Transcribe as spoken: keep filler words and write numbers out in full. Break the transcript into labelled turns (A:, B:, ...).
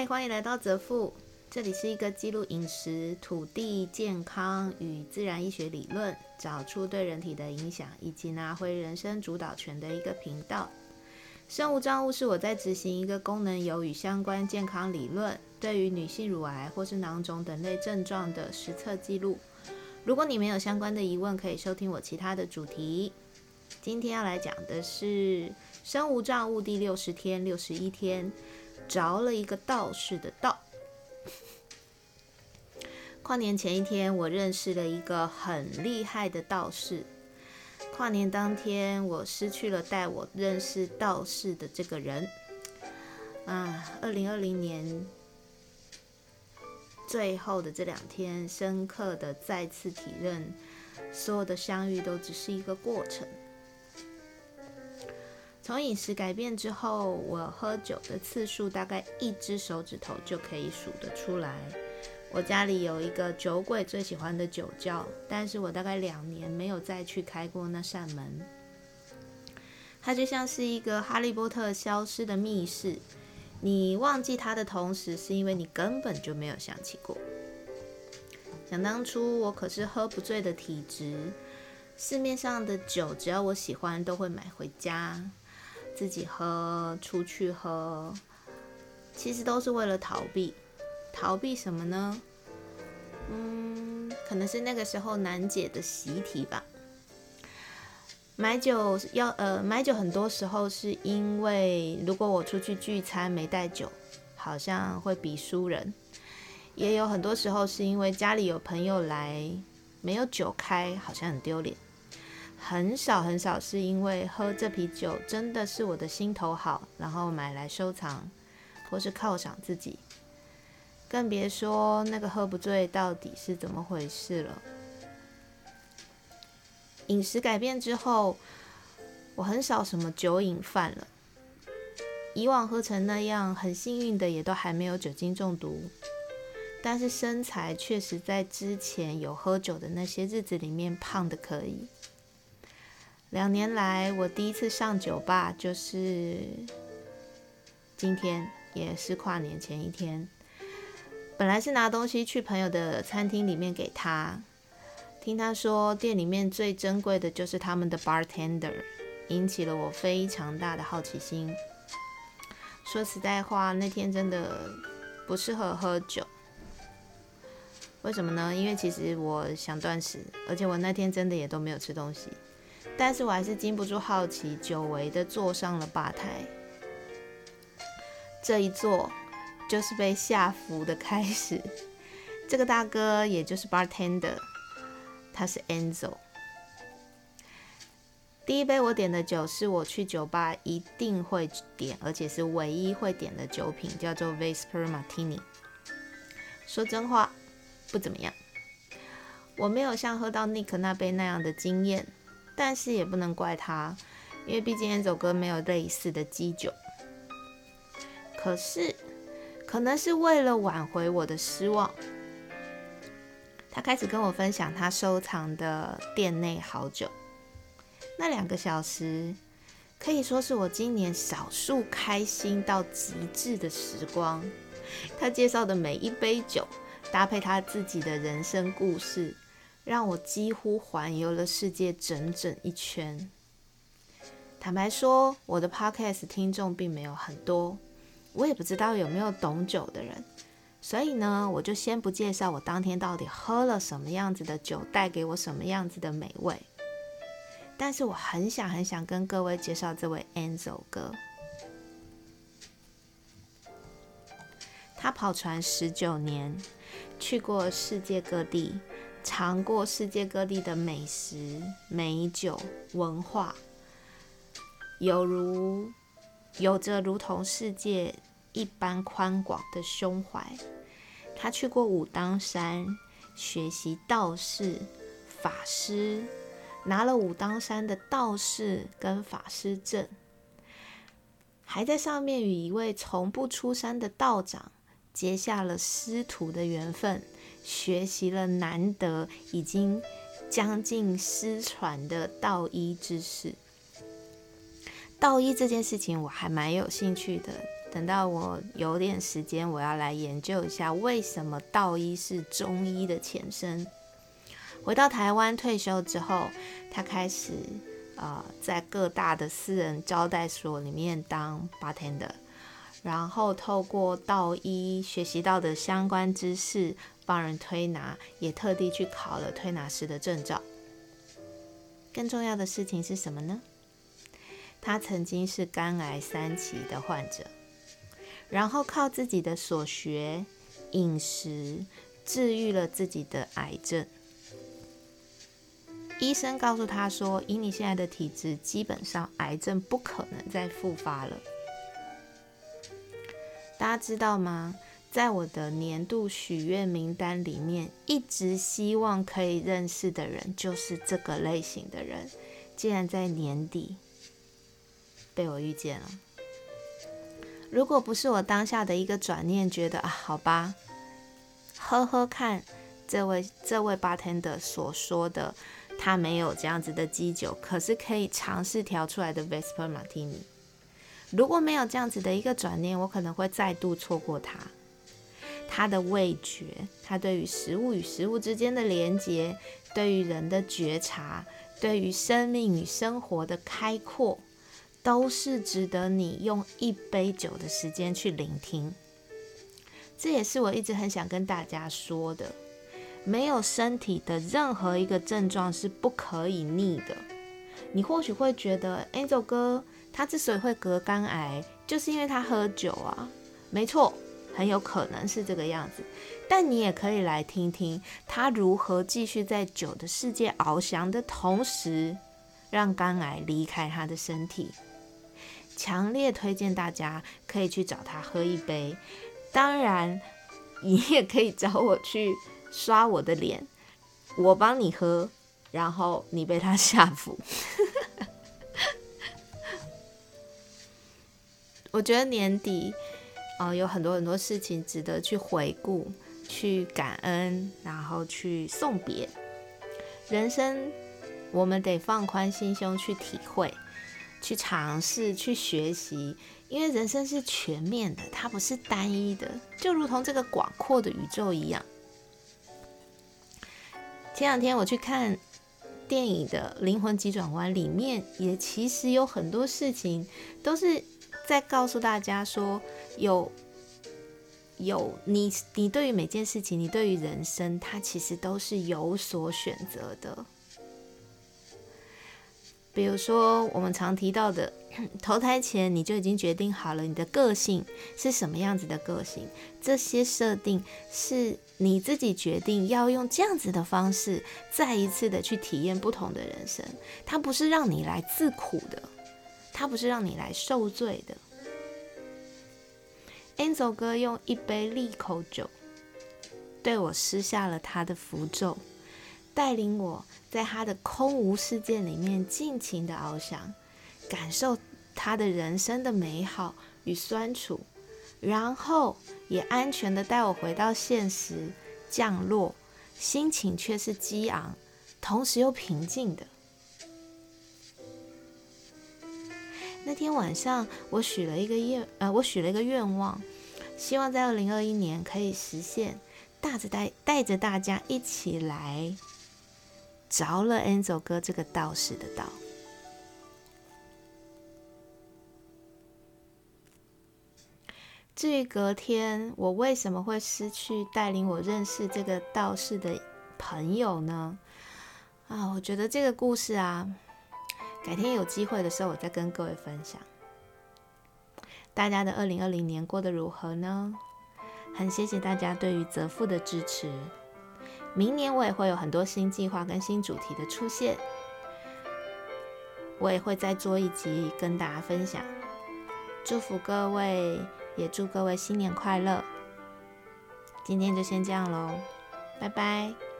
A: 嗨，欢迎来到泽富，这里是一个记录饮食、土地、健康与自然医学理论，找出对人体的影响，以及拿回人生主导权的一个频道。生物账务是我在执行一个功能有与相关健康理论，对于女性乳癌或是囊肿等类症状的实测记录。如果你没有相关的疑问，可以收听我其他的主题。今天要来讲的是生物账务第六十天、六十一天，着了一个道士的道。跨年前一天，我认识了一个很厉害的道士。跨年当天，我失去了带我认识道士的这个人。啊，二零二零年最后的这两天，深刻的再次体认，所有的相遇都只是一个过程。从饮食改变之后，我喝酒的次数大概一只手指头就可以数得出来。我家里有一个酒鬼最喜欢的酒窖，但是我大概两年没有再去开过那扇门。它就像是一个哈利波特消失的密室，你忘记它的同时，是因为你根本就没有想起过。想当初我可是喝不醉的体质，市面上的酒只要我喜欢都会买回家自己喝，出去喝，其实都是为了逃避。逃避什么呢？嗯，可能是那个时候难解的习题吧。买酒要呃买酒很多时候是因为，如果我出去聚餐没带酒，好像会比输人；也有很多时候是因为家里有朋友来，没有酒开，好像很丢脸。很少很少是因为喝这啤酒真的是我的心头好，然后买来收藏，或是犒赏自己。更别说那个喝不醉到底是怎么回事了。饮食改变之后，我很少什么酒瘾犯了。以往喝成那样，很幸运的也都还没有酒精中毒。但是身材确实在之前有喝酒的那些日子里面胖的可以。两年来，我第一次上酒吧就是今天，也是跨年前一天。本来是拿东西去朋友的餐厅里面给他，听他说店里面最珍贵的就是他们的 bartender， 引起了我非常大的好奇心。说实在话，那天真的不适合喝酒。为什么呢？因为其实我想断食，而且我那天真的也都没有吃东西，但是我还是禁不住好奇，久违的坐上了吧台。这一坐就是被下服的开始。这个大哥也就是 bartender， 他是 Enzo。 第一杯我点的酒是我去酒吧一定会点，而且是唯一会点的酒品，叫做 Vesper Martini。 说真话，不怎么样。我没有像喝到 Nick 那杯那样的经验，但是也不能怪他，因为毕竟 Enzo 哥没有类似的基酒。可是可能是为了挽回我的失望，他开始跟我分享他收藏的店内好酒。那两个小时可以说是我今年少数开心到极致的时光。他介绍的每一杯酒，搭配他自己的人生故事，让我几乎环游了世界整整一圈。坦白说，我的 podcast 听众并没有很多，我也不知道有没有懂酒的人，所以呢，我就先不介绍我当天到底喝了什么样子的酒，带给我什么样子的美味。但是我很想很想跟各位介绍这位 Enzo 哥。他跑船十九年，去过世界各地，尝过世界各地的美食、美酒、文化，有如有着如同世界一般宽广的胸怀。他去过武当山，学习道士、法师，拿了武当山的道士跟法师证，还在上面与一位从不出山的道长结下了师徒的缘分，学习了难得已经将近失传的道医知识。道医这件事情我还蛮有兴趣的， 等到我有点时间，我要来研究一下为什么道医是中医的前身。回到台湾退休之后，他开始呃在各大的私人招待所里面当 bartender， 然后透过道医学习到的相关知识，帮人推拿，也特地去考了推拿师的证照。更重要的事情是什么呢？他曾经是肝癌三期的患者，然后靠自己的所学、饮食，治愈了自己的癌症。医生告诉他说，以你现在的体质，基本上癌症不可能再复发了。大家知道吗？在我的年度许愿名单里面，一直希望可以认识的人就是这个类型的人，竟然在年底被我遇见了。如果不是我当下的一个转念，觉得啊，好吧，喝喝看这位这位 bartender 所说的，他没有这样子的基酒，可是可以尝试调出来的 Vesper Martini。如果没有这样子的一个转念，我可能会再度错过他。他的味觉，他对于食物与食物之间的连结，对于人的觉察，对于生命与生活的开阔，都是值得你用一杯酒的时间去聆听。这也是我一直很想跟大家说的，没有身体的任何一个症状是不可以逆的。你或许会觉得 Angel 哥他之所以会得肝癌，就是因为他喝酒啊。没错，很有可能是这个样子，但你也可以来听听他如何继续在酒的世界翱翔的同时，让肝癌离开他的身体。强烈推荐大家可以去找他喝一杯，当然你也可以找我去刷我的脸，我帮你喝，然后你被他下服。我觉得年底呃，有很多很多事情值得去回顾、去感恩，然后去送别。人生我们得放宽心胸去体会、去尝试、去学习，因为人生是全面的，它不是单一的，就如同这个广阔的宇宙一样。前两天我去看电影的《灵魂急转弯》，里面也其实有很多事情都是在告诉大家说，有有你你对于每件事情，你对于人生，它其实都是有所选择的。比如说我们常提到的，投胎前你就已经决定好了你的个性是什么样子的个性，这些设定是你自己决定要用这样子的方式再一次的去体验不同的人生，它不是让你来自苦的，它不是让你来受罪的。Angel 哥用一杯利口酒对我施下了他的符咒，带领我在他的空无世界里面尽情的翱翔，感受他的人生的美好与酸楚，然后也安全的带我回到现实降落，心情却是激昂，同时又平静的。那天晚上我许了一个愿，呃，我许了一个愿望，希望在二零二一年可以实现，带着带带着大家一起来着了 Angel 哥这个道士的道。至于隔天我为什么会失去带领我认识这个道士的朋友呢？啊，我觉得这个故事啊，改天有机会的时候我再跟各位分享。大家的二零二零年过得如何呢？很谢谢大家对于泽父的支持。明年我也会有很多新计划跟新主题的出现，我也会再做一集跟大家分享。祝福各位，也祝各位新年快乐。今天就先这样咯，拜拜。